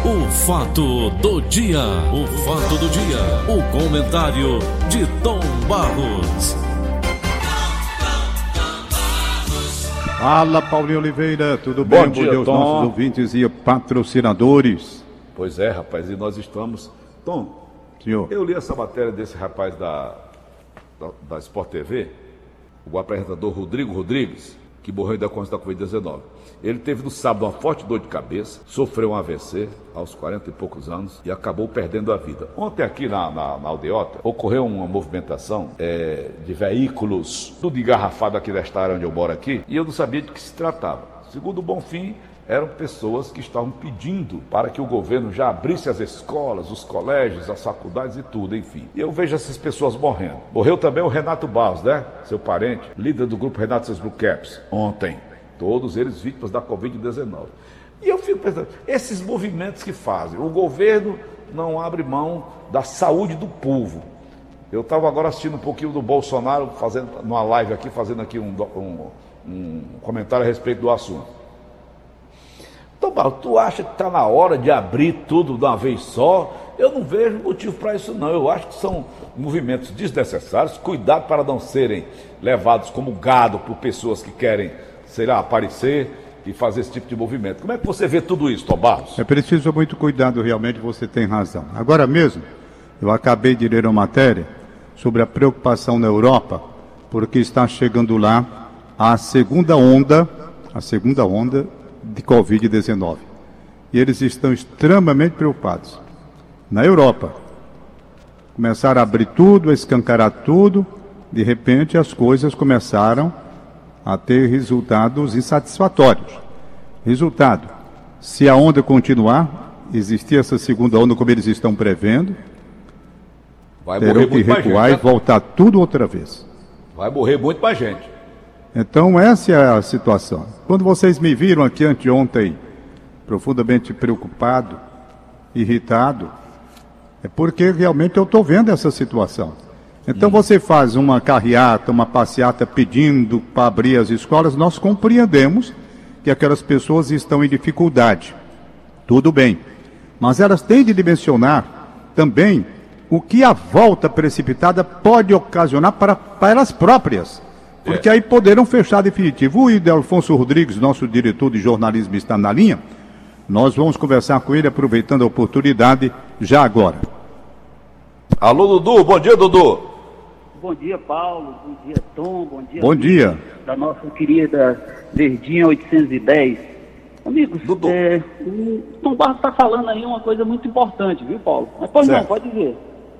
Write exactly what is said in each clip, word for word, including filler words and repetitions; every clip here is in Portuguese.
O fato do dia, o fato do dia, o comentário de Tom Barros. Fala, Paulinho Oliveira, tudo bem? Bom dia, Bom dia aos Tom. nossos ouvintes e patrocinadores. Pois é, rapaz, e nós estamos... Tom, Senhor. eu li essa matéria desse rapaz da, da, da Sport T V, o apresentador Rodrigo Rodrigues, que morreu da conta da covid dezenove. Ele teve no sábado uma forte dor de cabeça, sofreu um A V C aos quarenta e poucos anos e acabou perdendo a vida. Ontem aqui na, na, na Aldeota ocorreu uma movimentação é, de veículos, tudo engarrafado aqui desta área onde eu moro aqui, e eu não sabia de que se tratava. Segundo o Bonfim, eram pessoas que estavam pedindo para que o governo já abrisse as escolas, os colégios, as faculdades e tudo, enfim. E eu vejo essas pessoas morrendo. Morreu também o Renato Barros, né? Seu parente, líder do grupo Renato Seus Blue Caps, ontem. Todos eles vítimas da covid dezenove. E eu fico pensando, esses movimentos que fazem, o governo não abre mão da saúde do povo. Eu estava agora assistindo um pouquinho do Bolsonaro, fazendo numa live aqui, fazendo aqui um, um, um comentário a respeito do assunto. Então, Paulo, tu acha que está na hora de abrir tudo de uma vez só? Eu não vejo motivo para isso, não. Eu acho que são movimentos desnecessários. Cuidado para não serem levados como gado por pessoas que querem, sei lá, aparecer e fazer esse tipo de movimento. Como é que você vê tudo isso, Tom Barros? É preciso muito cuidado, realmente, você tem razão. Agora mesmo, eu acabei de ler uma matéria sobre a preocupação na Europa, porque está chegando lá a segunda onda, a segunda onda de covid dezenove. E eles estão extremamente preocupados. Na Europa, começaram a abrir tudo, a escancarar tudo, de repente as coisas começaram a ter resultados insatisfatórios. Resultado, se a onda continuar, existir essa segunda onda como eles estão prevendo, vai terão que recuar gente, né? E voltar tudo outra vez. Vai morrer muito mais gente. Então essa é a situação. Quando vocês me viram aqui anteontem, profundamente preocupado, irritado, é porque realmente eu estou vendo essa situação. Então hum. você faz uma carreata, uma passeata pedindo para abrir as escolas, nós compreendemos que aquelas pessoas estão em dificuldade. Tudo bem. Mas elas têm de dimensionar também o que a volta precipitada pode ocasionar para, para elas próprias. Porque é. aí poderão fechar definitivo. O Idelfonso Rodrigues, nosso diretor de jornalismo, está na linha. Nós vamos conversar com ele, aproveitando a oportunidade, já agora. Alô, Dudu. Bom dia, Dudu. Bom dia, Paulo. Bom dia, Tom. Bom dia. Bom dia. Da nossa querida Verdinha oitocentos e dez. Amigos, Dudu. É, o Tom Barros está falando aí uma coisa muito importante, viu, Paulo? Mas pois certo. Não, pode dizer.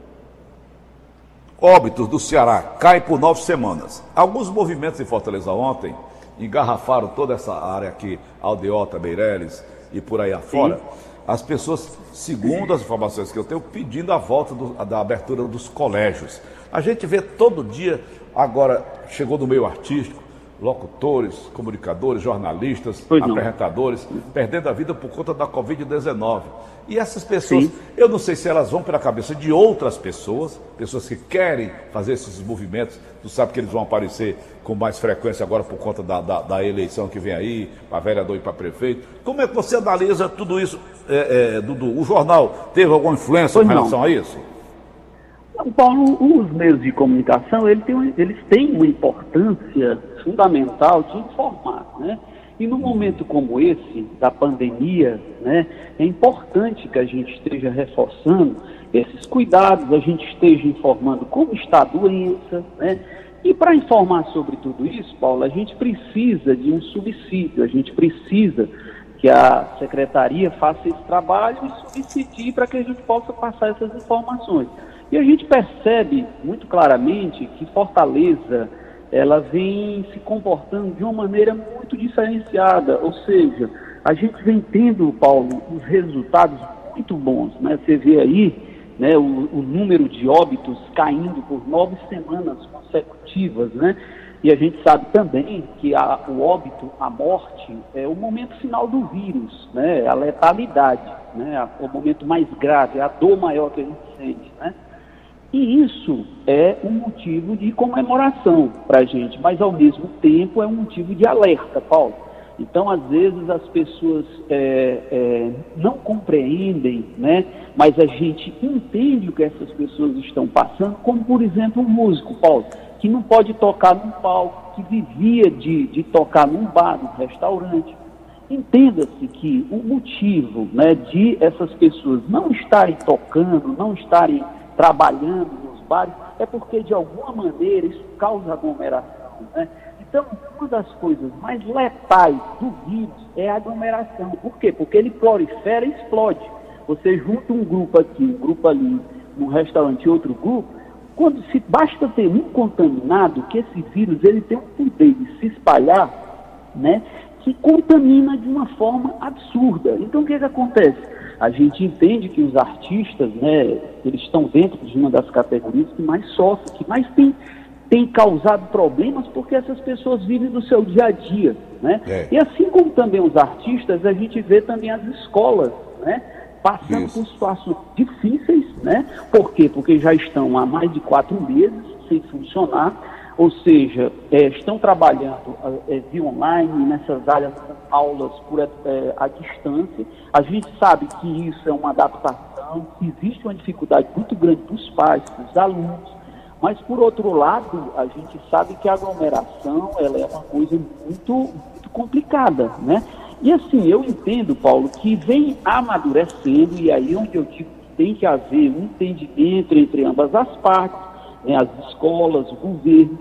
Óbitos do Ceará cai por nove semanas. Alguns movimentos em Fortaleza ontem engarrafaram toda essa área aqui, Aldeota, Meireles e por aí afora. Sim. As pessoas, segundo as informações que eu tenho, pedindo a volta do, da abertura dos colégios. A gente vê todo dia, agora chegou no meio artístico, locutores, comunicadores, jornalistas, pois apresentadores, não. perdendo a vida por conta da covid dezenove. E essas pessoas, Sim. eu não sei se elas vão pela cabeça de outras pessoas, pessoas que querem fazer esses movimentos, tu sabe que eles vão aparecer com mais frequência agora por conta da, da, da eleição que vem aí, para vereador e para prefeito. Como é que você analisa tudo isso, é, é, Dudu? O jornal teve alguma influência pois em relação não. a isso? Paulo, os meios de comunicação, eles têm, eles têm uma importância fundamental de informar, né? E num momento como esse, da pandemia, né, é importante que a gente esteja reforçando esses cuidados, a gente esteja informando como está a doença, né? E para informar sobre tudo isso, Paulo, a gente precisa de um subsídio, a gente precisa que a Secretaria faça esse trabalho e subsidie para que a gente possa passar essas informações. E a gente percebe muito claramente que Fortaleza, ela vem se comportando de uma maneira muito diferenciada, ou seja, a gente vem tendo, Paulo, os resultados muito bons, né? Você vê aí, né, o, o número de óbitos caindo por nove semanas consecutivas, né? E a gente sabe também que a, o óbito, a morte, é o momento final do vírus, né? A letalidade, né? O momento mais grave, a dor maior que a gente sente, né? E isso é um motivo de comemoração para a gente, mas ao mesmo tempo é um motivo de alerta, Paulo. Então, às vezes, as pessoas é, é, não compreendem, né? Mas a gente entende o que essas pessoas estão passando, como, por exemplo, um músico, Paulo, que não pode tocar num palco, que vivia de, de tocar num bar, num restaurante. Entenda-se que o motivo, né, de essas pessoas não estarem tocando, não estarem trabalhando nos bares, é porque, de alguma maneira, isso causa aglomeração, né? Então, uma das coisas mais letais do vírus é a aglomeração. Por quê? Porque ele prolifera e explode. Você junta um grupo aqui, um grupo ali, num restaurante e outro grupo, quando se basta ter um contaminado, que esse vírus ele tem um poder de se espalhar, né, que contamina de uma forma absurda. Então, o que, que acontece? A gente entende que os artistas, né, eles estão dentro de uma das categorias que mais sofrem, que mais tem... tem causado problemas porque essas pessoas vivem do seu dia a dia, né? É. E assim como também os artistas, a gente vê também as escolas, né, passando Isso. por situações difíceis, né? Por quê? Porque já estão há mais de quatro meses sem funcionar, ou seja, é, estão trabalhando é, via online, nessas áreas com aulas por é, à distância. A gente sabe que isso é uma adaptação, que existe uma dificuldade muito grande para os pais, para os alunos. Mas, por outro lado, a gente sabe que a aglomeração ela é uma coisa muito, muito complicada, né? E assim, eu entendo, Paulo, que vem amadurecendo, e aí onde eu digo que tem que haver um entendimento entre ambas as partes, né, as escolas, o governo.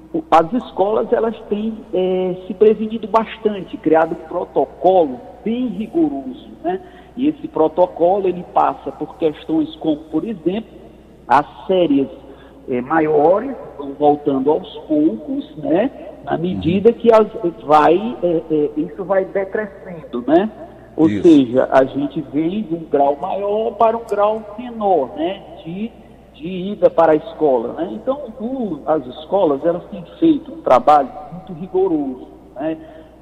As escolas, elas têm é, se prevenido bastante, criado um protocolo bem rigoroso, né? E esse protocolo, ele passa por questões como, por exemplo, as séries É, maiores, vão voltando aos poucos, né, na medida que as, vai, é, é, isso vai decrescendo, né? Ou isso. seja, a gente vem de um grau maior para um grau menor, né, de, de ida para a escola, né? Então, o, as escolas, elas têm feito um trabalho muito rigoroso, né?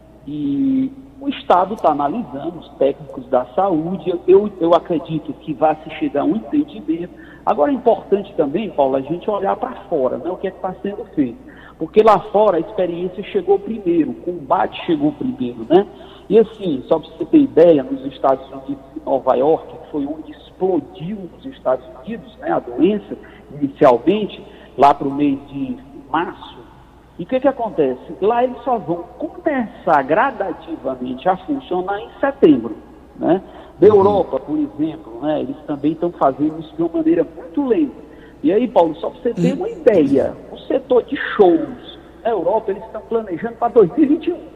E o Estado está analisando, os técnicos da saúde, eu, eu acredito que vai se chegar a um entendimento. Agora é importante também, Paulo, a gente olhar para fora, né, o que é que está sendo feito. Porque lá fora a experiência chegou primeiro, o combate chegou primeiro, né? E assim, só para você ter ideia, nos Estados Unidos e Nova York, que foi onde explodiu nos Estados Unidos, né, a doença, inicialmente, lá para o mês de março. E o que, que acontece? Lá eles só vão começar gradativamente a funcionar em setembro, né? Da Europa, por exemplo, né, eles também estão fazendo isso de uma maneira muito lenta. E aí, Paulo, só para você ter uma ideia, o setor de shows na Europa, eles estão planejando para dois mil e vinte e um.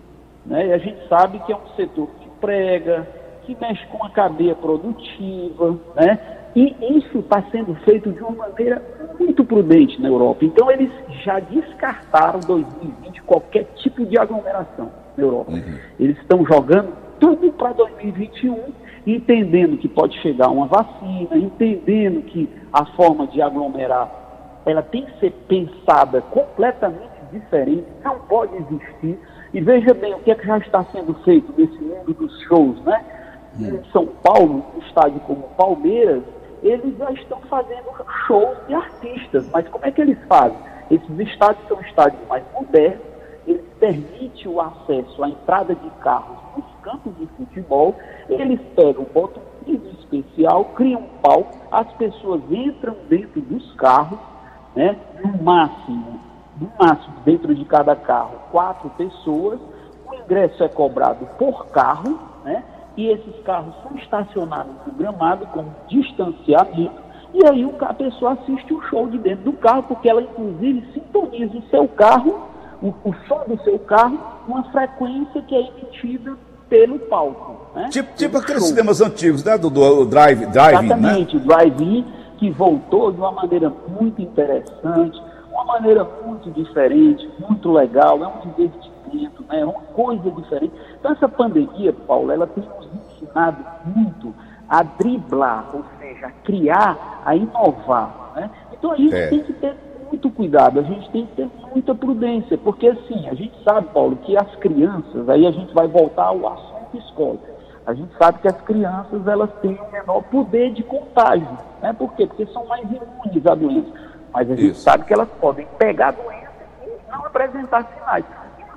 Né? E a gente sabe que é um setor que prega, que mexe com a cadeia produtiva, né? E isso está sendo feito de uma maneira muito prudente na Europa. Então, eles já descartaram dois mil e vinte qualquer tipo de aglomeração na Europa. Uhum. Eles estão jogando tudo para dois mil e vinte e um, entendendo que pode chegar uma vacina, entendendo que a forma de aglomerar ela tem que ser pensada completamente diferente, não pode existir. E veja bem o que é que já está sendo feito nesse mundo dos shows, né? Em São Paulo, um estádio como Palmeiras, eles já estão fazendo shows de artistas, mas como é que eles fazem? Esses estádios são estádios mais modernos, eles permitem o acesso à entrada de carros nos campos de futebol, eles pegam, botam um piso especial, criam um palco, as pessoas entram dentro dos carros, né, no máximo, no máximo, dentro de cada carro, quatro pessoas, o ingresso é cobrado por carro, né, e esses carros são estacionados no gramado com distanciamento, e aí a pessoa assiste o show de dentro do carro, porque ela inclusive sintoniza o seu carro, o, o som do seu carro, uma frequência que é emitida pelo palco. Né? Tipo, tipo aqueles cinemas antigos, né? Do, do drive, drive-in, Exatamente, né? o drive-in, que voltou de uma maneira muito interessante, uma maneira muito diferente, muito legal, é um divertimento, né? É uma coisa diferente. Então essa pandemia, Paulo, ela tem nos ensinado muito a driblar, ou seja, a criar, a inovar, né? Então a gente é. tem que ter muito cuidado, a gente tem que ter muita prudência, porque assim, a gente sabe, Paulo, que as crianças, aí a gente vai voltar ao assunto escola, a gente sabe que as crianças, elas têm um menor poder de contágio, né? Por quê? Porque são mais imunes à doença, mas a gente Isso. sabe que elas podem pegar a doença e não apresentar sinais. E uma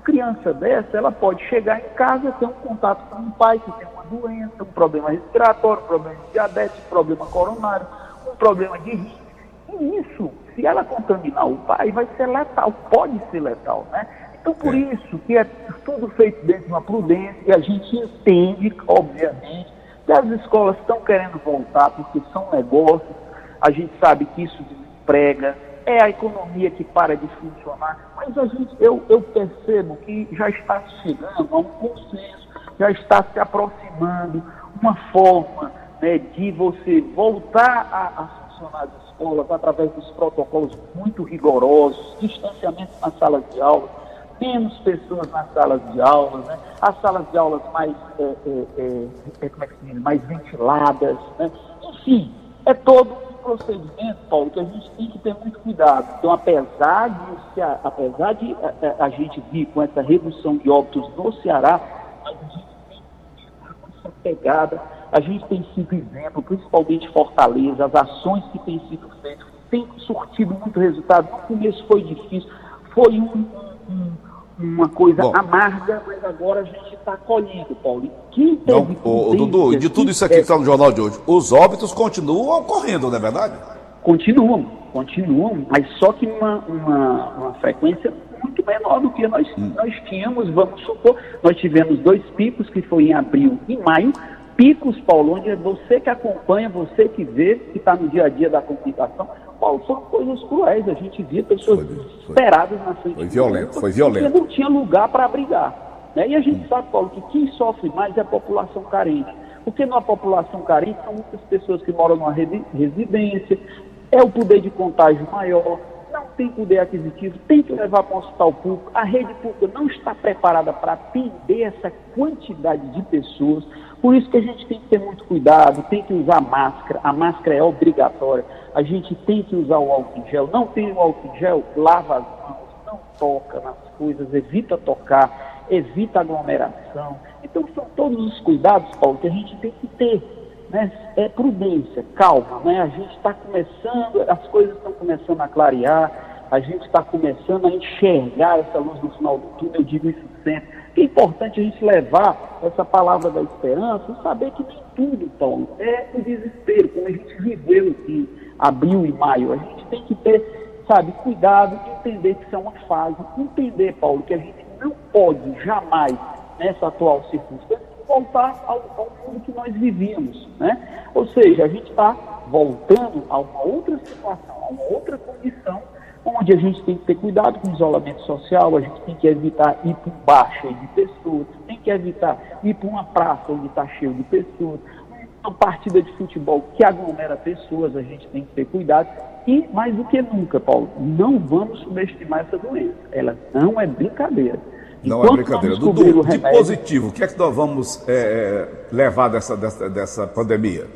criança dessa, ela pode chegar em casa, ter um contato com um pai que tem uma doença, um problema respiratório, um problema de diabetes, um problema coronário, um problema de rim. E isso, se ela contaminar o pai, vai ser letal, pode ser letal, né? Então, por é. isso que é tudo feito dentro de uma prudência, e a gente entende, obviamente, que as escolas estão querendo voltar, porque são negócios, a gente sabe que isso desemprega, é a economia que para de funcionar, mas a gente, eu, eu percebo que já está chegando a um consenso, já está se aproximando uma forma, né, de você voltar a, a funcionar as escolas através dos protocolos muito rigorosos, distanciamento nas salas de aula, menos pessoas nas salas de aula, né? As salas de aulas mais, é, é, é, como é que se diz, mais ventiladas, né? Enfim, é todo um procedimento, Paulo, que a gente tem que ter muito cuidado. Então, apesar de, se a, apesar de a, a gente vir com essa redução de óbitos no Ceará, a gente tem essa pegada, a gente tem sido exemplo, principalmente Fortaleza, as ações que têm sido feitas, têm surtido muito resultado. No começo foi difícil, foi um, um, uma coisa Bom, amarga, mas agora a gente está colhendo, Paulo. Quem teve não, o, Dudu, de tudo isso aqui é, que está no jornal de hoje, os óbitos continuam ocorrendo, não é verdade? Continuam, continuam, mas só que uma, uma, uma frequência muito menor do que nós, hum. nós tínhamos, vamos supor, nós tivemos dois picos, que foi em abril e maio, picos, Paulo, onde é você que acompanha, você que vê, que está no dia a dia da comunicação, Paulo, são coisas cruéis, a gente via pessoas foi, desesperadas foi, na frente. Foi violento, foi violento. Porque não tinha lugar para abrigar. Né? E a gente hum. sabe, Paulo, que quem sofre mais é a população carente. Porque na população carente são muitas pessoas que moram numa residência, é o poder de contágio maior, não tem poder aquisitivo, tem que levar para um hospital público, a rede pública não está preparada para atender essa quantidade de pessoas, por isso que a gente tem que ter muito cuidado, tem que usar máscara, a máscara é obrigatória, a gente tem que usar o álcool em gel, não tem o álcool em gel, lava as mãos, não toca nas coisas, evita tocar, evita aglomeração, então são todos os cuidados, Paulo, que a gente tem que ter. Né? É prudência, calma, né? A gente está começando, as coisas estão começando a clarear, a gente está começando a enxergar essa luz no final do túnel, eu digo isso sempre. Que é importante a gente levar essa palavra da esperança e saber que nem tudo, Paulo, é um desespero, como a gente viveu em abril e maio. A gente tem que ter, sabe, cuidado, entender que isso é uma fase, entender, Paulo, que a gente não pode jamais, nessa atual circunstância, voltar ao, ao mundo que nós vivíamos, né? Ou seja, a gente está voltando a uma outra situação, a uma outra condição, onde a gente tem que ter cuidado com o isolamento social, a gente tem que evitar ir para um bar cheio de pessoas, tem que evitar ir para uma praça onde está cheio de pessoas, uma partida de futebol que aglomera pessoas, a gente tem que ter cuidado. E, mais do que nunca, Paulo, não vamos subestimar essa doença, ela não é brincadeira. Não é brincadeira. Dudu, de positivo, o que é que nós vamos é, levar dessa, dessa, dessa pandemia?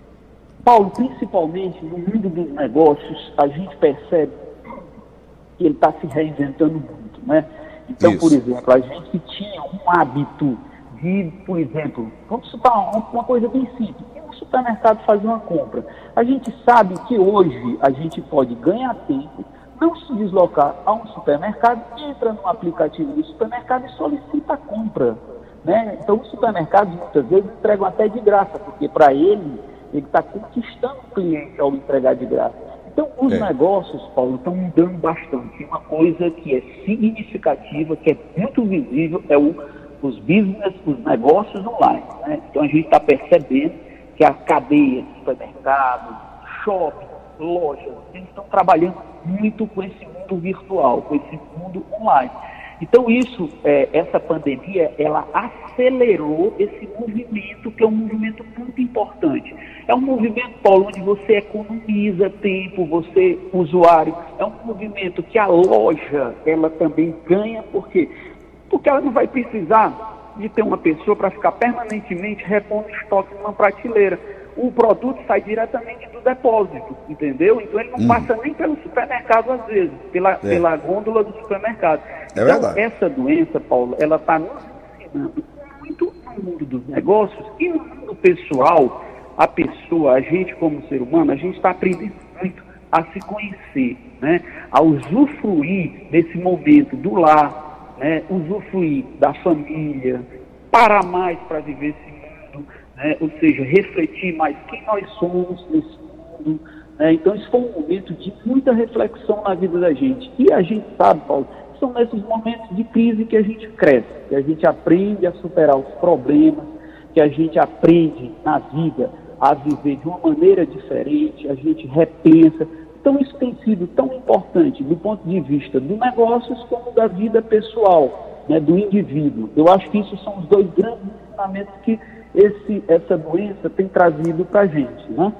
Paulo, principalmente no mundo dos negócios, a gente percebe que ele está se reinventando muito, né? Então, Isso. por exemplo, a gente que tinha um hábito de, por exemplo, vamos citar uma, uma coisa bem simples, ir no supermercado fazer uma compra. A gente sabe que hoje a gente pode ganhar tempo, não se deslocar a um supermercado, entra no aplicativo do supermercado e solicita a compra. Né? Então, os supermercados muitas vezes entregam até de graça, porque para ele, ele está conquistando o cliente ao entregar de graça. Então, os é. negócios, Paulo, estão mudando bastante. Uma coisa que é significativa, que é muito visível, é o, os business, os negócios online. Né? Então, a gente está percebendo que a cadeia de supermercados, shopping, lojas, eles estão trabalhando muito com esse mundo virtual, com esse mundo online. Então isso, é, essa pandemia, ela acelerou esse movimento, que é um movimento muito importante. É um movimento, Paulo, onde você economiza tempo, você, usuário, é um movimento que a loja, ela também ganha, por quê? Porque ela não vai precisar de ter uma pessoa para ficar permanentemente repondo estoque numa prateleira. O produto sai diretamente do depósito, entendeu? Então ele não hum. passa nem pelo supermercado às vezes, pela, é. pela gôndola do supermercado. É então, verdade. Essa doença, Paulo, ela está nos ensinando muito no mundo dos negócios e no mundo pessoal. A pessoa, a gente como ser humano, a gente está aprendendo muito a se conhecer, né? A usufruir desse momento do lar, né, usufruir da família, parar mais para viver esse mundo, né, ou seja, refletir mais quem nós somos nesse mundo. Né? Então, isso foi um momento de muita reflexão na vida da gente. E a gente sabe, Paulo, que são nesses momentos de crise que a gente cresce, que a gente aprende a superar os problemas, que a gente aprende na vida a viver de uma maneira diferente, a gente repensa. Então, isso tem sido tão importante do ponto de vista dos negócios como da vida pessoal, né, do indivíduo. Eu acho que isso são os dois grandes ensinamentos que esse, essa doença tem trazido para a gente, né?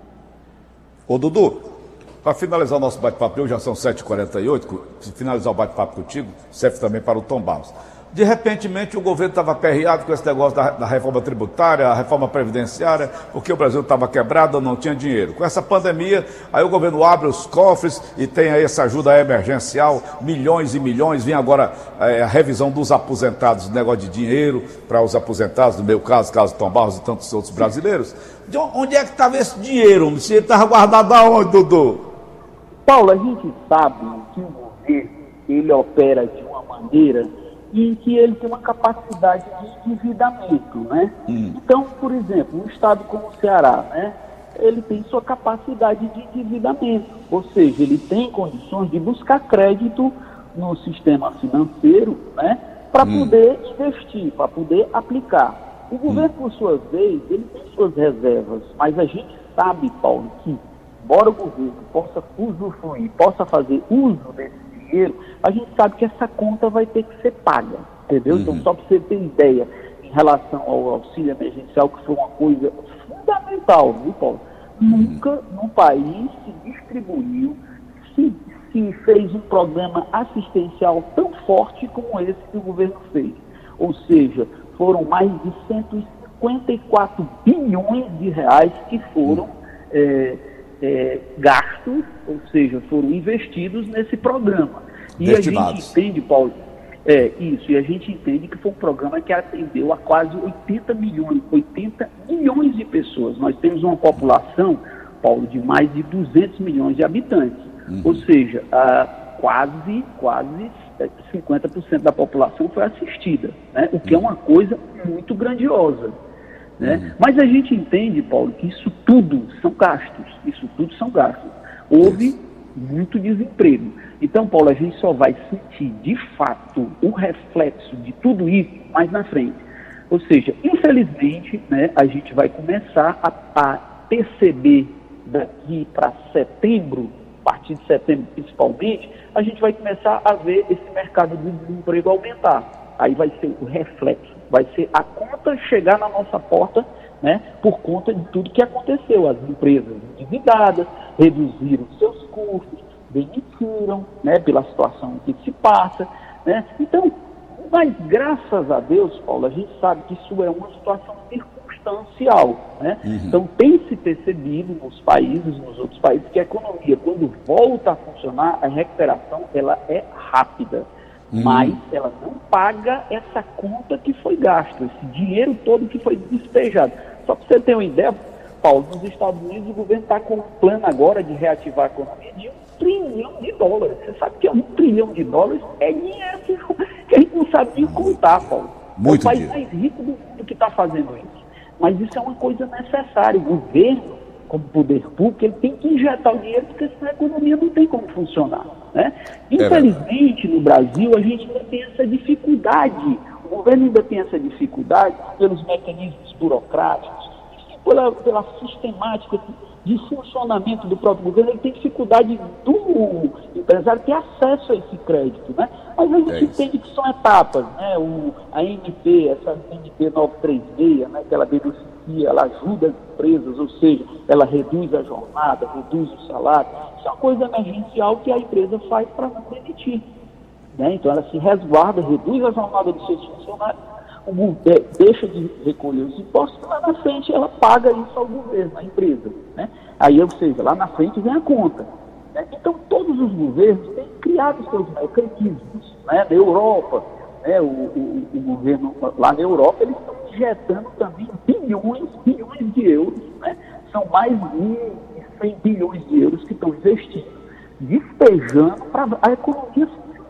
Ô, Dudu, para finalizar o nosso bate-papo, hoje já são sete e quarenta e oito, se finalizar o bate-papo contigo, serve também para o Tom Barros. De repentemente o governo estava aperreado com esse negócio da, da reforma tributária, a reforma previdenciária, porque o Brasil estava quebrado, não tinha dinheiro. Com essa pandemia, aí o governo abre os cofres e tem aí essa ajuda emergencial, milhões e milhões, vem agora é, a revisão dos aposentados, negócio de dinheiro para os aposentados, no meu caso, caso Tom Barros e tantos outros brasileiros. De onde é que estava esse dinheiro? Se ele estava guardado aonde, Dudu? Paulo, a gente sabe que o governo, ele opera de uma maneira em que ele tem uma capacidade de endividamento, né? Hum. Então, por exemplo, um estado como o Ceará, né, ele tem sua capacidade de endividamento, ou seja, ele tem condições de buscar crédito no sistema financeiro, né, para hum. poder investir, para poder aplicar. O governo, hum. por sua vez, ele tem suas reservas, mas a gente sabe, Paulo, que embora o governo possa usufruir, possa fazer uso desse dinheiro, a gente sabe que essa conta vai ter que ser paga, entendeu? Uhum. Então, só para você ter ideia, em relação ao auxílio emergencial, que foi uma coisa fundamental, viu, Paulo? Uhum. Nunca no país se distribuiu, se, se fez um programa assistencial tão forte como esse que o governo fez. Ou seja, foram mais de cento e cinquenta e quatro bilhões de reais que foram uhum. é, É, gastos, ou seja, foram investidos nesse programa. E destinados. A gente entende, Paulo, é, isso, e a gente entende que foi um programa que atendeu a quase oitenta milhões, oitenta milhões de pessoas. Nós temos uma população, Paulo, de mais de duzentos milhões de habitantes. Uhum. Ou seja, a, quase, quase cinquenta por cento da população foi assistida, né? O que uhum. é uma coisa muito grandiosa. Né? Uhum. Mas a gente entende, Paulo, que isso tudo são gastos, isso tudo são gastos. Houve muito desemprego. Então, Paulo, a gente só vai sentir, de fato, o reflexo de tudo isso mais na frente. Ou seja, infelizmente, né, a gente vai começar a, a perceber daqui para setembro, a partir de setembro principalmente, a gente vai começar a ver esse mercado de desemprego aumentar. Aí vai ser o reflexo, vai ser a conta chegar na nossa porta, né, por conta de tudo que aconteceu. As empresas endividadas reduziram seus custos, demitiram, né, pela situação que se passa, né? Então, mas graças a Deus, Paulo, a gente sabe que isso é uma situação circunstancial, né? Uhum. Então, tem se percebido nos países, nos outros países, que a economia, quando volta a funcionar, a recuperação, ela é rápida. Uhum. Mas ela não paga essa conta que foi gasta, esse dinheiro todo que foi despejado. Só para você ter uma ideia, Paulo, nos Estados Unidos o governo está com um plano agora de reativar a economia de um trilhão de dólares. Você sabe que é um trilhão de dólares? É dinheiro que a gente não sabe nem contar, Paulo. Muito é o país dinheiro. mais rico do mundo que está fazendo isso. Mas isso é uma coisa necessária. O governo, como poder público, ele tem que injetar o dinheiro, porque senão a economia não tem como funcionar. Né? Infelizmente, no Brasil, a gente ainda tem essa dificuldade. O governo ainda tem essa dificuldade pelos mecanismos burocráticos, pela, pela sistemática de funcionamento do próprio governo. Ele tem dificuldade do empresário ter acesso a esse crédito. Né? Mas a gente é entende que são etapas. Né? O, a M P, essa M P novecentos e trinta e seis, né, que ela beneficia, ela ajuda as empresas, ou seja, ela reduz a jornada, reduz o salário. Isso é uma coisa emergencial que a empresa faz para não demitir. Né? Então ela se resguarda, reduz a jornada dos seus funcionários, o governo deixa de recolher os impostos, lá na frente ela paga isso ao governo, à empresa. Né? Aí, ou seja, lá na frente vem a conta. Né? Então todos os governos têm criado seus mecanismos. Né? Na Europa, né? o, o, o governo lá na Europa, eles estão injetando também bilhões, bilhões de euros, né? São mais de mil e cem bilhões de euros que estão investindo, despejando para a economia funcionar.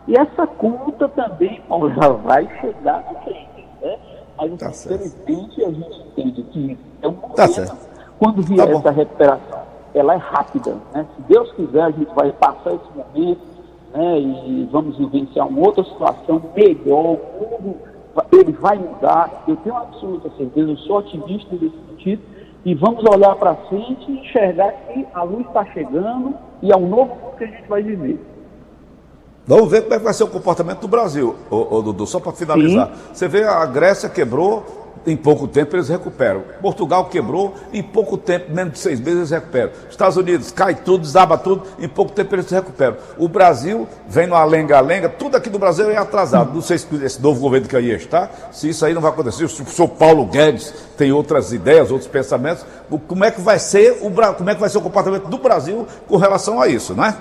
E essa conta também, Paulo, já vai chegar na frente, né? Mas, tá, infelizmente, a gente entende que é um momento, tá, quando vier tá essa recuperação, ela é rápida, né? Se Deus quiser, a gente vai passar esse momento, né, e vamos vivenciar uma outra situação melhor, o mundo, ele vai mudar, eu tenho absoluta certeza, eu sou otimista nesse sentido, e vamos olhar para frente e enxergar que a luz está chegando e é um novo mundo que a gente vai viver. Vamos ver como é que vai ser o comportamento do Brasil, ô, ô, Dudu, só para finalizar. Sim. Você vê, a Grécia quebrou, em pouco tempo eles recuperam. Portugal quebrou, em pouco tempo, menos de seis meses eles recuperam. Estados Unidos cai tudo, desaba tudo, em pouco tempo eles recuperam. O Brasil vem no alenga-alenga, tudo aqui do Brasil é atrasado. Não sei se esse novo governo que aí está, se isso aí não vai acontecer. Se o senhor Paulo Guedes tem outras ideias, outros pensamentos, como é que vai ser o, como é que vai ser o comportamento do Brasil com relação a isso, não é?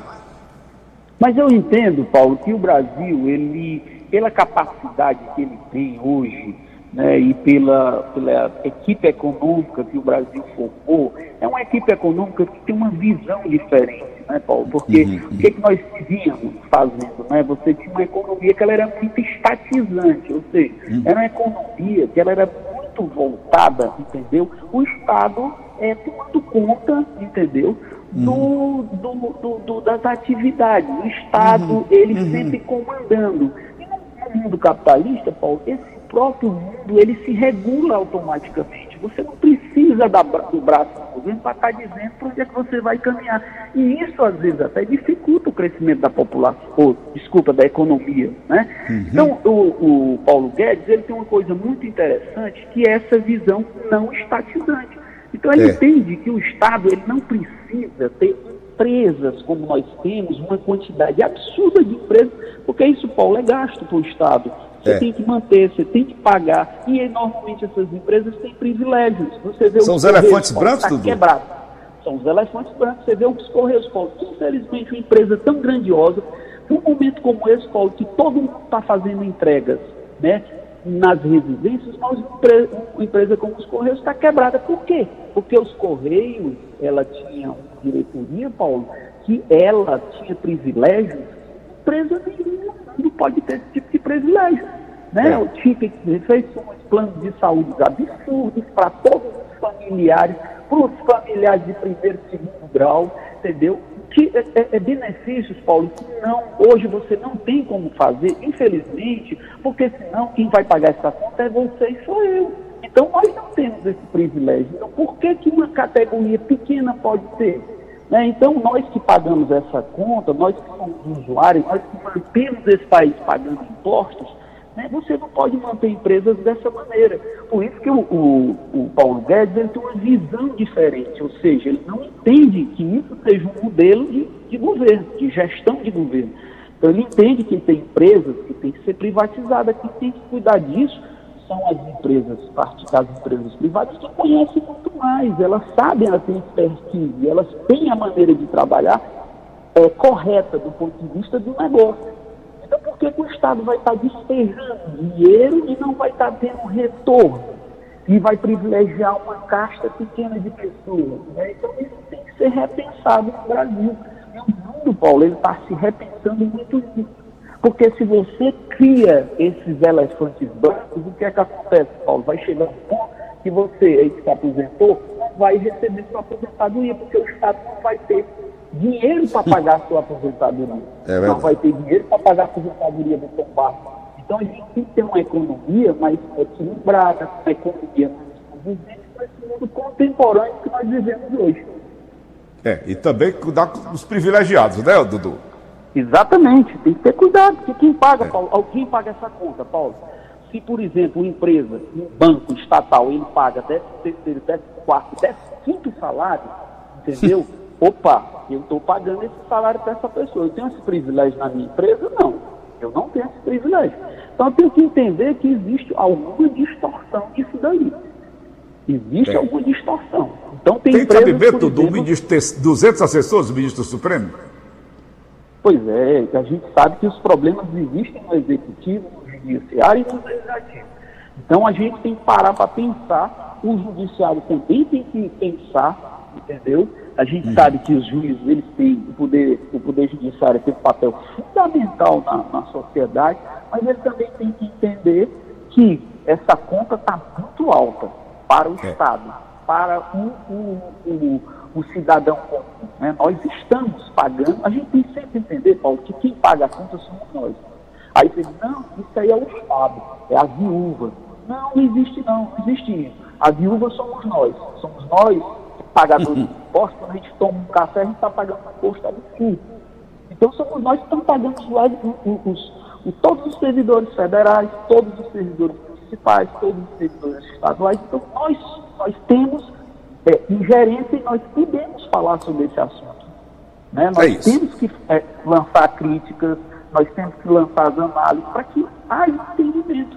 Mas eu entendo, Paulo, que o Brasil, ele, pela capacidade que ele tem hoje, né, e pela, pela equipe econômica que o Brasil formou, é uma equipe econômica que tem uma visão diferente, né, Paulo? Porque uhum. o que, que nós vínhamos fazendo, né? Você tinha uma economia que ela era muito estatizante, ou seja, uhum. era uma economia que ela era muito voltada, entendeu? O Estado é tomando conta, entendeu? Do, uhum. do, do, do, das atividades, o Estado, uhum. ele uhum. sempre comandando. E no mundo capitalista, Paulo, esse próprio mundo, ele se regula automaticamente. Você não precisa da, do braço do governo para estar dizendo para onde é que você vai caminhar. E isso, às vezes, até dificulta o crescimento da população, ou, desculpa, da economia, né? Uhum. Então, o, o Paulo Guedes, ele tem uma coisa muito interessante, que é essa visão não estatizante. Então, ele é. entende que o Estado, ele não precisa ter empresas como nós temos, uma quantidade absurda de empresas, porque isso, Paulo, é gasto para o Estado. Você é. tem que manter, você tem que pagar. E normalmente essas empresas têm privilégios. Você vê São os, os elefantes brancos, Dudu? Quebrado. São os elefantes brancos. Você vê os Correios, Paulo. Infelizmente, uma empresa tão grandiosa, num momento como esse, Paulo, que todo mundo está fazendo entregas, né, nas residências, mas uma empresa como os Correios está quebrada. Por quê? Porque os Correios, ela tinha uma diretoria, Paulo, que ela tinha privilégios, empresa nenhuma não pode ter esse tipo de privilégio, né? É. O ticket de refeições, planos de saúde absurdos para todos os familiares, para os familiares de primeiro e segundo grau, entendeu? Que é, é, é benefícios, Paulo, que não, hoje você não tem como fazer, infelizmente, porque senão quem vai pagar essa conta é você e sou eu. Então nós não temos esse privilégio. Então por que que uma categoria pequena pode ter? Né? Então nós que pagamos essa conta, nós que somos usuários, nós que mantemos esse país pagando impostos, né? Você não pode manter empresas dessa maneira. Por isso que o, o, o Paulo Guedes, ele tem uma visão diferente, ou seja, ele não entende que isso seja um modelo de, de governo, de gestão de governo. Então ele entende que tem empresas que têm que ser privatizadas, que tem que cuidar disso, são as empresas, as empresas privadas que conhecem muito mais, elas sabem, elas têm expertise, elas têm a maneira de trabalhar é, correta do ponto de vista do negócio. Então por que que o Estado vai estar despejando dinheiro e não vai estar tendo retorno? E vai privilegiar uma casta pequena de pessoas, né? Então isso tem que ser repensado no Brasil. E o mundo, Paulo, ele está se repensando muito nisso. Porque se você cria esses elefantes brancos, o que é que acontece, Paulo? Vai chegar um ponto que você, aí que se aposentou, não vai receber sua aposentadoria, porque o Estado não vai ter dinheiro para pagar a sua aposentadoria. É não vai ter dinheiro para pagar a aposentadoria do Tom Barros. Então a gente tem que ter uma economia mais equilibrada, uma economia mais convivente com esse mundo contemporâneo que nós vivemos hoje. É, e também cuidar dos privilegiados, né, Dudu? Exatamente, tem que ter cuidado, porque quem paga, é. Paulo, quem paga essa conta, Paulo? Se, por exemplo, uma empresa, um banco estatal, ele paga décimo terceiro, décimo quarto, décimo quinto salário, entendeu? Opa, eu estou pagando esse salário para essa pessoa. Eu tenho esse privilégio na minha empresa? Não, eu não tenho esse privilégio. Então eu tenho que entender que existe alguma distorção disso daí. Existe é. alguma distorção. Então tem, tem cabimento do ministro ter duzentos assessores do ministro Supremo? Pois é, a gente sabe que os problemas existem no executivo, no judiciário e no legislativo. Então a gente tem que parar para pensar, o judiciário também tem que pensar, entendeu? A gente uhum. sabe que os juízes, eles têm o poder, o poder judiciário tem um papel fundamental na, na sociedade, mas ele também tem que entender que essa conta está muito alta para o é. Estado, para o, o, o, o cidadão comum, né? Nós estamos pagando, a gente tem que sempre entender, Paulo, que quem paga a conta somos nós. Aí você diz, não, isso aí é o Estado, é a viúva. Não, não existe não, não existe isso. A viúva somos nós, somos nós, pagadores de impostos. Quando a gente toma um café, a gente está pagando imposto absurdo. Então somos nós que estamos pagando os, os, os, todos os servidores federais, todos os servidores municipais, todos os servidores estaduais. Então nós, nós temos é, ingerência e nós podemos falar sobre esse assunto. Né? Nós é temos que é, lançar críticas, nós temos que lançar as análises para que haja entendimento.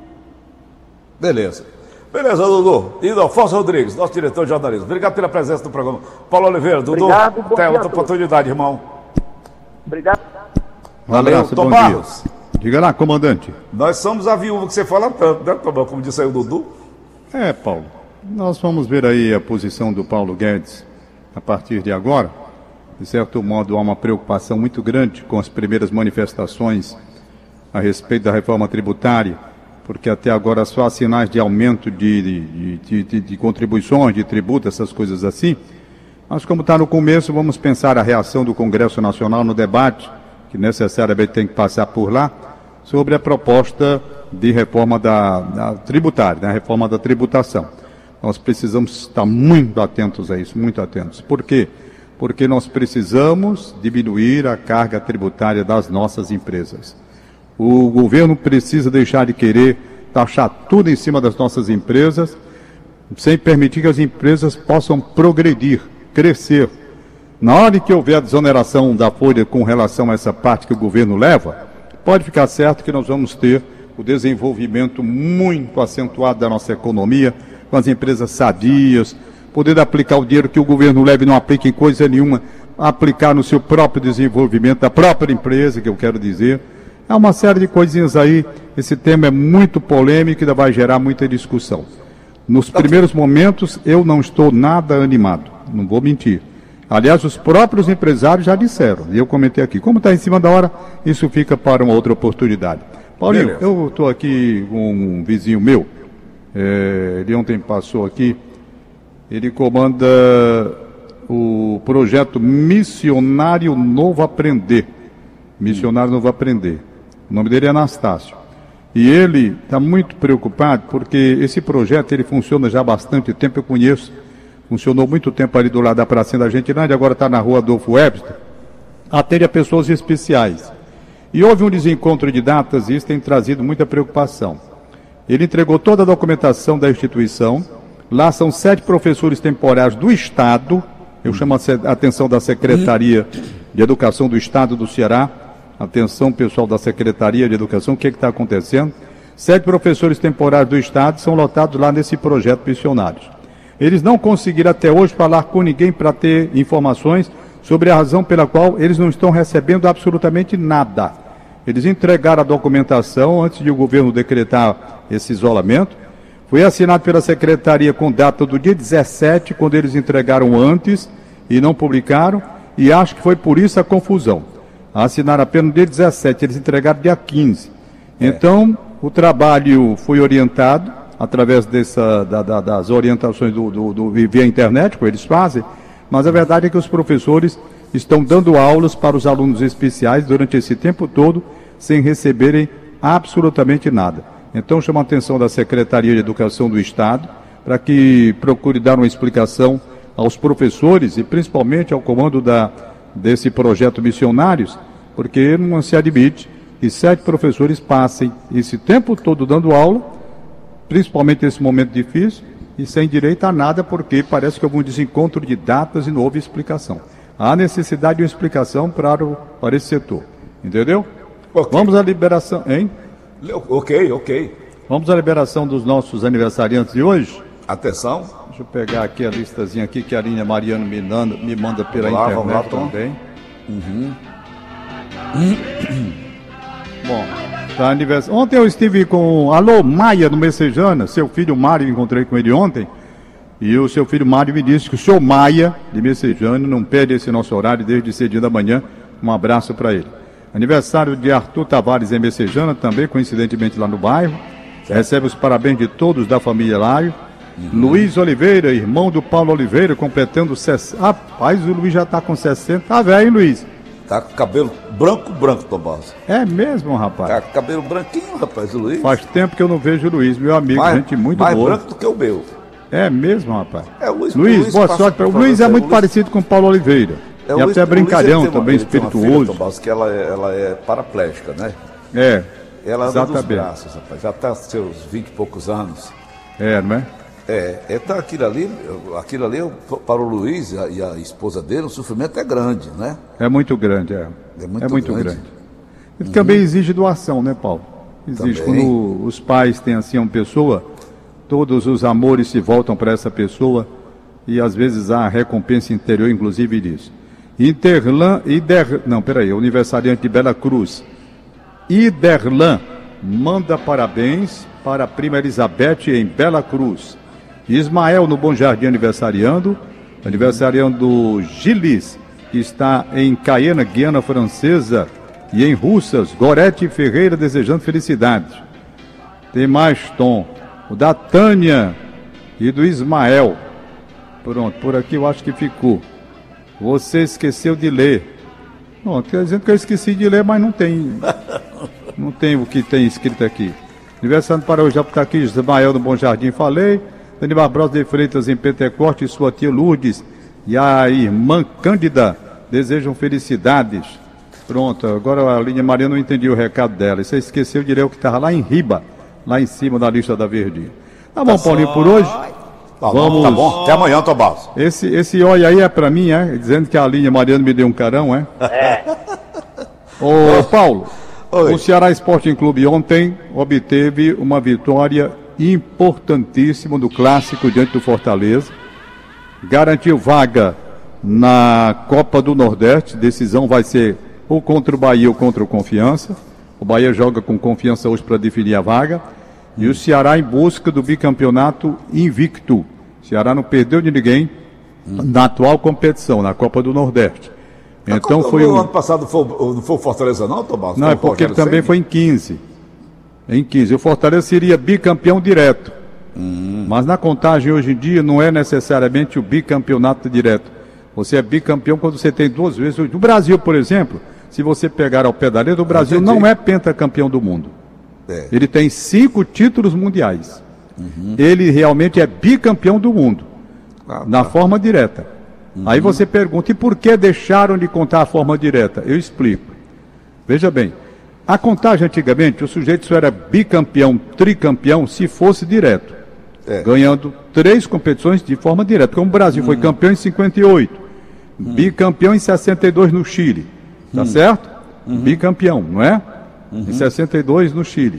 Beleza. Beleza, Dudu. E Alfonso Rodrigues, nosso diretor de jornalismo. Obrigado pela presença no programa. Paulo Oliveira, Dudu. Obrigado, bom até dia outra oportunidade, irmão. Obrigado. Valeu, abraço, Tom Barros. Diga lá, comandante. Nós somos a viúva que você fala tanto, né, Tom? Como disse aí o Dudu. É, Paulo. Nós vamos ver aí a posição do Paulo Guedes a partir de agora. De certo modo, há uma preocupação muito grande com as primeiras manifestações a respeito da reforma tributária, porque até agora só há sinais de aumento de, de, de, de, de contribuições, de tributo, essas coisas assim. Mas como está no começo, vamos pensar a reação do Congresso Nacional no debate, que necessariamente tem que passar por lá, sobre a proposta de reforma da, da tributária, da reforma da tributação. Nós precisamos estar muito atentos a isso, muito atentos. Por quê? Porque nós precisamos diminuir a carga tributária das nossas empresas. O governo precisa deixar de querer taxar tudo em cima das nossas empresas, sem permitir que as empresas possam progredir, crescer. Na hora que houver a desoneração da folha com relação a essa parte que o governo leva, pode ficar certo que nós vamos ter o desenvolvimento muito acentuado da nossa economia, com as empresas sadias, poder aplicar o dinheiro que o governo leva e não aplica em coisa nenhuma, aplicar no seu próprio desenvolvimento, da própria empresa, que eu quero dizer. Há uma série de coisinhas aí, esse tema é muito polêmico e ainda vai gerar muita discussão. Nos primeiros momentos, eu não estou nada animado, não vou mentir. Aliás, os próprios empresários já disseram, e eu comentei aqui, como está em cima da hora, isso fica para uma outra oportunidade. Paulinho, Beleza. Eu estou aqui com um vizinho meu, é, ele ontem passou aqui, ele comanda o projeto Missionário Novo Aprender. Missionário Novo Aprender. O nome dele é Anastácio. E ele está muito preocupado porque esse projeto ele funciona já há bastante tempo, eu conheço. Funcionou muito tempo ali do lado da Pracinha da Gentilândia, agora está na rua Adolfo Webster. Atende a pessoas especiais. E houve um desencontro de datas e isso tem trazido muita preocupação. Ele entregou toda a documentação da instituição. Lá são sete professores temporários do Estado. Eu chamo a atenção da Secretaria de Educação do Estado do Ceará. Atenção, pessoal da Secretaria de Educação, o que está acontecendo? Sete professores temporários do Estado são lotados lá nesse projeto Missionários. Eles não conseguiram até hoje falar com ninguém para ter informações sobre a razão pela qual eles não estão recebendo absolutamente nada. Eles entregaram a documentação antes de o governo decretar esse isolamento. Foi assinado pela Secretaria com data do dia dezessete, quando eles entregaram antes e não publicaram, e acho que foi por isso a confusão. Assinaram apenas no dia dezessete, eles entregaram dia quinze. É. Então, o trabalho foi orientado através dessa, da, da, das orientações do, do, do via internet, que eles fazem, mas a verdade é que os professores estão dando aulas para os alunos especiais durante esse tempo todo, sem receberem absolutamente nada. Então, chamo a atenção da Secretaria de Educação do Estado, para que procure dar uma explicação aos professores e principalmente ao comando da desse projeto Missionários, porque não se admite que sete professores passem esse tempo todo dando aula, principalmente nesse momento difícil, e sem direito a nada, porque parece que houve um desencontro de datas e não houve explicação. Há necessidade de uma explicação para, o, para esse setor. Entendeu? Okay. Vamos à liberação, hein? Ok, ok. Vamos à liberação dos nossos aniversariantes de hoje? Atenção. Deixa eu pegar aqui a listazinha aqui que a Aline Mariano me manda, me manda pela vamos lá, internet vamos lá, também. Uhum. Bom, tá aniversário. Ontem eu estive com Alô Maia no Messejana, seu filho Mário, encontrei com ele ontem. E o seu filho Mário me disse que o senhor Maia, de Messejana, não perde esse nosso horário desde cedinho da manhã. Um abraço para ele. Aniversário de Arthur Tavares em Messejana, também coincidentemente lá no bairro. Certo. Recebe os parabéns de todos da família Lário. Uhum. Luiz Oliveira, irmão do Paulo Oliveira, completando sessenta. Rapaz, o Luiz já está com sessenta. Tá velho, hein, Luiz? Tá com cabelo branco, branco, Tomás. É mesmo, rapaz? Tá com cabelo branquinho, rapaz, o Luiz. Faz tempo que eu não vejo o Luiz, meu amigo, mais, gente muito mais boa. Mais branco do que o meu. É mesmo, rapaz? É, o Luiz, Luiz, o Luiz boa sorte para o Luiz. É muito Luiz... parecido com o Paulo Oliveira. É, e Luiz, até brincalhão, uma, também espirituoso. Filha, Tomás, que ela é, ela é paraplégica, né? É. Ela anda exatamente. dos braços, rapaz. Já está seus vinte e poucos anos. É, não é? É, então aquilo ali, aquilo ali para o Luiz e a, e a esposa dele, o sofrimento é grande, né? É muito grande, é. É muito, é muito grande. grande. E uhum. também exige doação, né, Paulo? Exige também. Quando os pais têm assim uma pessoa, todos os amores se voltam para essa pessoa e às vezes há recompensa interior, inclusive disso. Interlan, Ider, não, peraí, aniversariante de Bela Cruz. Iderlan manda parabéns para a prima Elizabeth em Bela Cruz. Ismael no Bom Jardim aniversariando, aniversariando Gilis, que está em Cayena, Guiana Francesa, e em Russas, Gorete Ferreira desejando felicidades. Tem mais, Tom, o da Tânia e do Ismael. Pronto, por aqui eu acho que ficou. Você esqueceu de ler. Não, quer dizer que eu esqueci de ler, mas não tem. Não tem o que tem escrito aqui. Aniversário para hoje, já está aqui, Ismael no Bom Jardim, falei. Dani Barbosa de Freitas em Pentecoste, sua tia Lourdes e a irmã Cândida desejam felicidades. Pronto, agora a linha Maria não entendi o recado dela. Você esqueceu de ler o que estava lá em Riba, lá em cima da lista da Verdinha. Tá bom, tá Paulinho, por hoje. Tá bom, tá bom. Até amanhã, Tomás. Esse, esse oi aí é pra mim, é? Dizendo que a linha Mariano me deu um carão, é? É. Ô, Paulo, Oi. O Ceará Sporting Clube ontem obteve uma vitória importantíssima no clássico diante do Fortaleza. Garantiu vaga na Copa do Nordeste. Decisão vai ser ou contra o Bahia ou contra o Confiança. O Bahia joga com Confiança hoje para definir a vaga. E o Ceará em busca do bicampeonato invicto. O Ceará não perdeu de ninguém na atual competição, na Copa do Nordeste. Então Copa, foi o um... ano passado foi, não foi o Fortaleza não, Tomás? Não, é porque ele também foi em quinze. Em quinze. O Fortaleza seria bicampeão direto. Hum. Mas na contagem hoje em dia não é necessariamente o bicampeonato direto. Você é bicampeão quando você tem duas vezes. No Brasil, por exemplo, se você pegar ao pé da letra, o Brasil não é pentacampeão do mundo. É. Ele tem cinco títulos mundiais. Uhum. Ele realmente é bicampeão do mundo. Ah, na tá. forma direta. Uhum. Aí você pergunta, e por que deixaram de contar a forma direta? Eu explico. Veja bem, a contagem antigamente, o sujeito só era bicampeão, tricampeão, se fosse direto. É. Ganhando três competições de forma direta. Como o Brasil uhum. foi campeão em cinquenta e oito, uhum. bicampeão em sessenta e dois no Chile. Tá uhum. certo? Uhum. Bicampeão, não é? Uhum. Em sessenta e dois no Chile.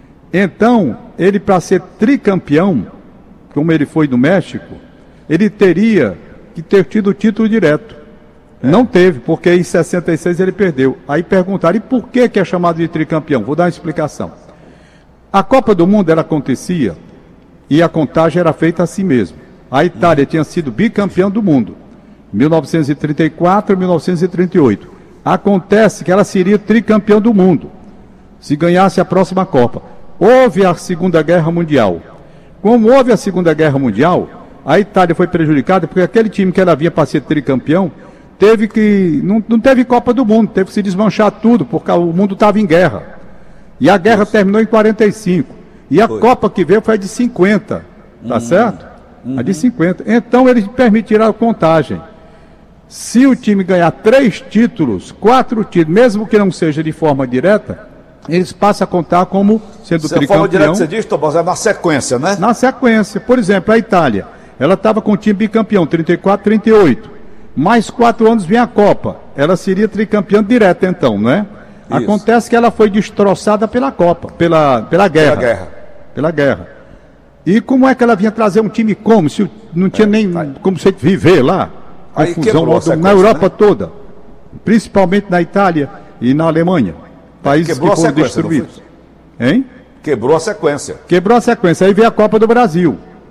Então, ele para ser tricampeão, como ele foi no México, ele teria que ter tido o título direto. É. Não teve, porque em sessenta e seis ele perdeu. Aí perguntaram, e por que que é chamado de tricampeão? Vou dar uma explicação. A Copa do Mundo ela acontecia e a contagem era feita assim mesmo. A Itália tinha sido bicampeão do mundo, mil novecentos e trinta e quatro e mil novecentos e trinta e oito. Acontece que ela seria tricampeão do mundo, se ganhasse a próxima Copa. Houve a Segunda Guerra Mundial. Como houve a Segunda Guerra Mundial, a Itália foi prejudicada porque aquele time que ela vinha para ser tricampeão, teve que, não, não teve Copa do Mundo, teve que se desmanchar tudo, porque o mundo estava em guerra. E a guerra Isso. terminou em quarenta e cinco. E a foi. Copa que veio foi a de cinquenta, tá uhum. certo? Uhum. A de cinquenta. Então eles permitiram a contagem. Se o time ganhar três títulos, quatro títulos, mesmo que não seja de forma direta, eles passam a contar como sendo se tricampeão. A forma direta você diz, Tomás, é na sequência, né? Na sequência. Por exemplo, a Itália, ela estava com o time bicampeão, trinta e quatro, trinta e oito. Mais quatro anos vem a Copa. Ela seria tricampeã direta, então, não é? Isso. Acontece que ela foi destroçada pela Copa, pela, pela guerra. Pela guerra. Pela guerra. E como é que ela vinha trazer um time como? Se não tinha é, nem vai. como você viver lá. Aí confusão na Europa né? toda. Principalmente na Itália e na Alemanha. Países Quebrou que foram destruídos. Hein? Quebrou a sequência. Quebrou a sequência. Aí veio a Copa do Brasil.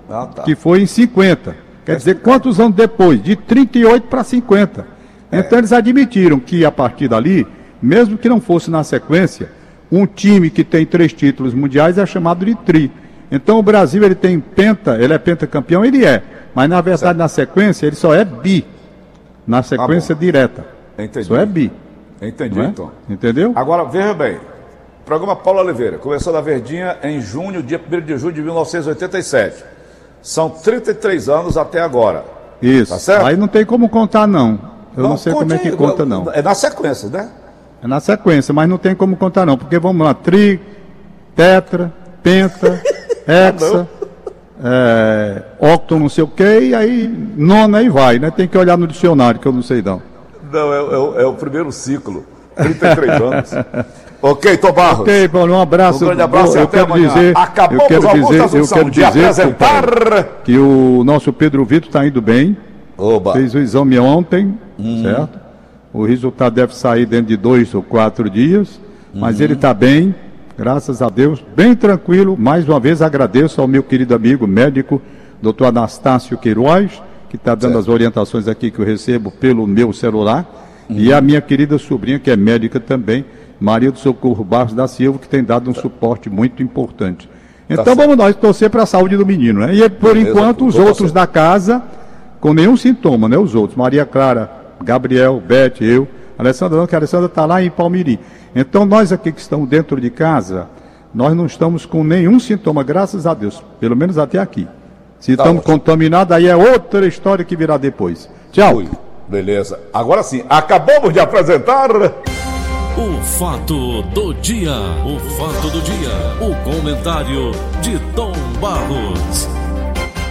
Ah, tá. que foi em cinquenta. Quer é dizer, quantos anos depois? De trinta e oito para cinquenta. É. Então eles admitiram que a partir dali, mesmo que não fosse na sequência, um time que tem três títulos mundiais é chamado de tri. Então o Brasil, ele tem penta, ele é pentacampeão, ele é. Mas na verdade, certo. Na sequência, ele só é bi. Na sequência ah, direta. Entendi. Só é bi. Entendi, é? Então. Entendeu? Agora, veja bem. Programa Paulo Oliveira. Começou na Verdinha em junho, dia primeiro de junho de mil novecentos e oitenta e sete. São trinta e três anos até agora. Isso. Tá certo? Aí não tem como contar, não. Eu não, não sei como é que conta, não. É na sequência, né? É na sequência, mas não tem como contar, não. Porque vamos lá, tri, tetra, penta, hexa, é, octo não sei o quê, e aí nona aí vai, né? Tem que olhar no dicionário, que eu não sei não. Não, é, é, é o primeiro ciclo. trinta e três anos. Ok, Tom Barros. Ok, Paulo, um abraço. Um grande abraço eu, e até quero amanhã. Dizer, Acabamos eu quero dizer, eu quero de dizer apresentar... que o nosso Pedro Vitor está indo bem. Oba. Fez o exame ontem, hum. certo? O resultado deve sair dentro de dois ou quatro dias, mas hum. ele está bem, graças a Deus, bem tranquilo. Mais uma vez agradeço ao meu querido amigo médico, doutor Anastácio Queiroz, que está dando certo. As orientações aqui que eu recebo pelo meu celular, hum. e a minha querida sobrinha, que é médica também, Maria do Socorro Barros da Silva, que tem dado um tá. suporte muito importante. Então tá vamos nós torcer para a saúde do menino, né? E por Beleza, enquanto os outros da casa, com nenhum sintoma, né? Os outros, Maria Clara, Gabriel, Beth, eu, Alessandra não, que a Alessandra está lá em Palmiri. Então nós aqui que estamos dentro de casa, nós não estamos com nenhum sintoma, graças a Deus, pelo menos até aqui. Se tá estamos ótimo. Contaminados, aí é outra história que virá depois. Tchau. Ui, beleza. Agora sim, acabamos de apresentar... O fato do dia, o fato do dia, o comentário de Tom Barros.